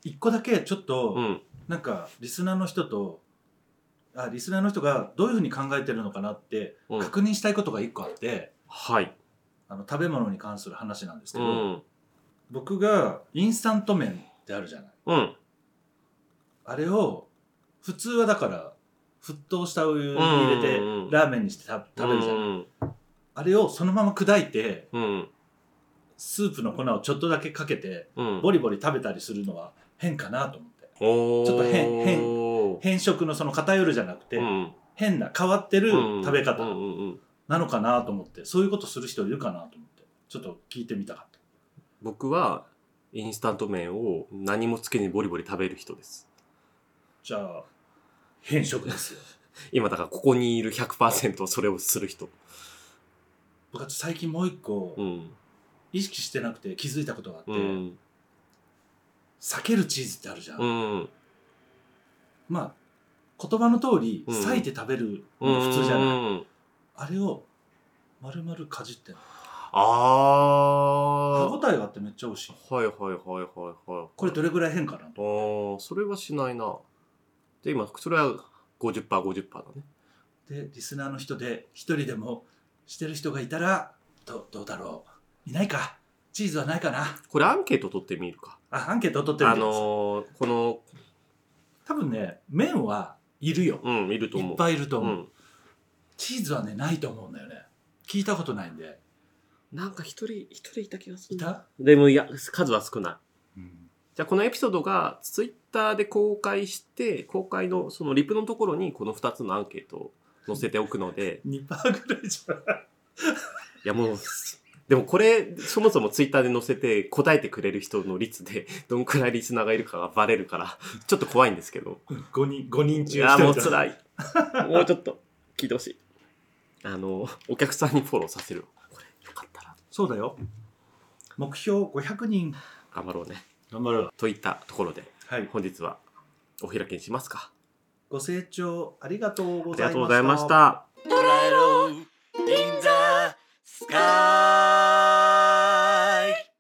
一個だけちょっと、 うん、 なんかリスナーの人がどういうふうに考えてるのかなって確認したいことが一個あって、 はい。 食べ物に関する話なんですけど、 うん、 僕がインスタント麺ってあるじゃない。 うん、 あれを普通はだから沸騰したお湯に入れてうんラーメンにして食べるじゃない。あれをそのまま砕いて、 うん、 スープの粉をちょっとだけかけて、 うん、 ボリボリ食べたりするのは変かなと思って。 おー、 ちょっと変色のその偏るじゃなくて、 うん、 変な変わってる食べ方うんうんうん、 なのかなと思って、そういうことする人いるかなと思ってちょっと聞いてみたかった。 僕はインスタント麺を何もつけずにボリボリ食べる人です。 じゃあ変色ですよ。 今だからここにいる 100% それをする人。 僕は最近もう一個、 うん、 意識してなくて気づいたことがあって、 うん、 裂けるチーズってあるじゃん、 うん、 まあ言葉の通りうん裂いて食べるのが普通じゃない、 うん、 あれを丸々かじってんの。 あ歯応えがあってめっちゃ美味しい。 はいはいはいはいはい。 これどれぐらい変かなと。 それはしないな。で今それは 50%50% だね。 でリスナーの人で一人でもしてる人がいたらどうだろう。いないか。チーズはないかな。 これアンケート取ってみるか。 アンケート取ってみてください。 この多分ね麺はいるよ、 いると思う。 いっぱいいると思う、チーズはねないと思うんだよね。聞いたことないんで。 なんか一人いた気がする。 いた？ でもいや数は少ない。 うん、 じゃあこのエピソードがツイッターで公開して公開のそのリプのところにこの2つのアンケートを載せておくので 2%ぐらいじゃない？ いやもうでもこれそもそもツイッターで載せて答えてくれる人の率でどんくらいリスナーがいるかがバレるからちょっと怖いんですけど 5人中いやもう辛いもうちょっと聞いてほしい。お客さんにフォローさせる。これよかったらそうだよ。目標500人頑張ろうね。 頑張る。 といったところで、 はい、 本日はお開きにしますか。 ご清聴ありがとうございました。 ありがとうございました。 捉えろ in the sky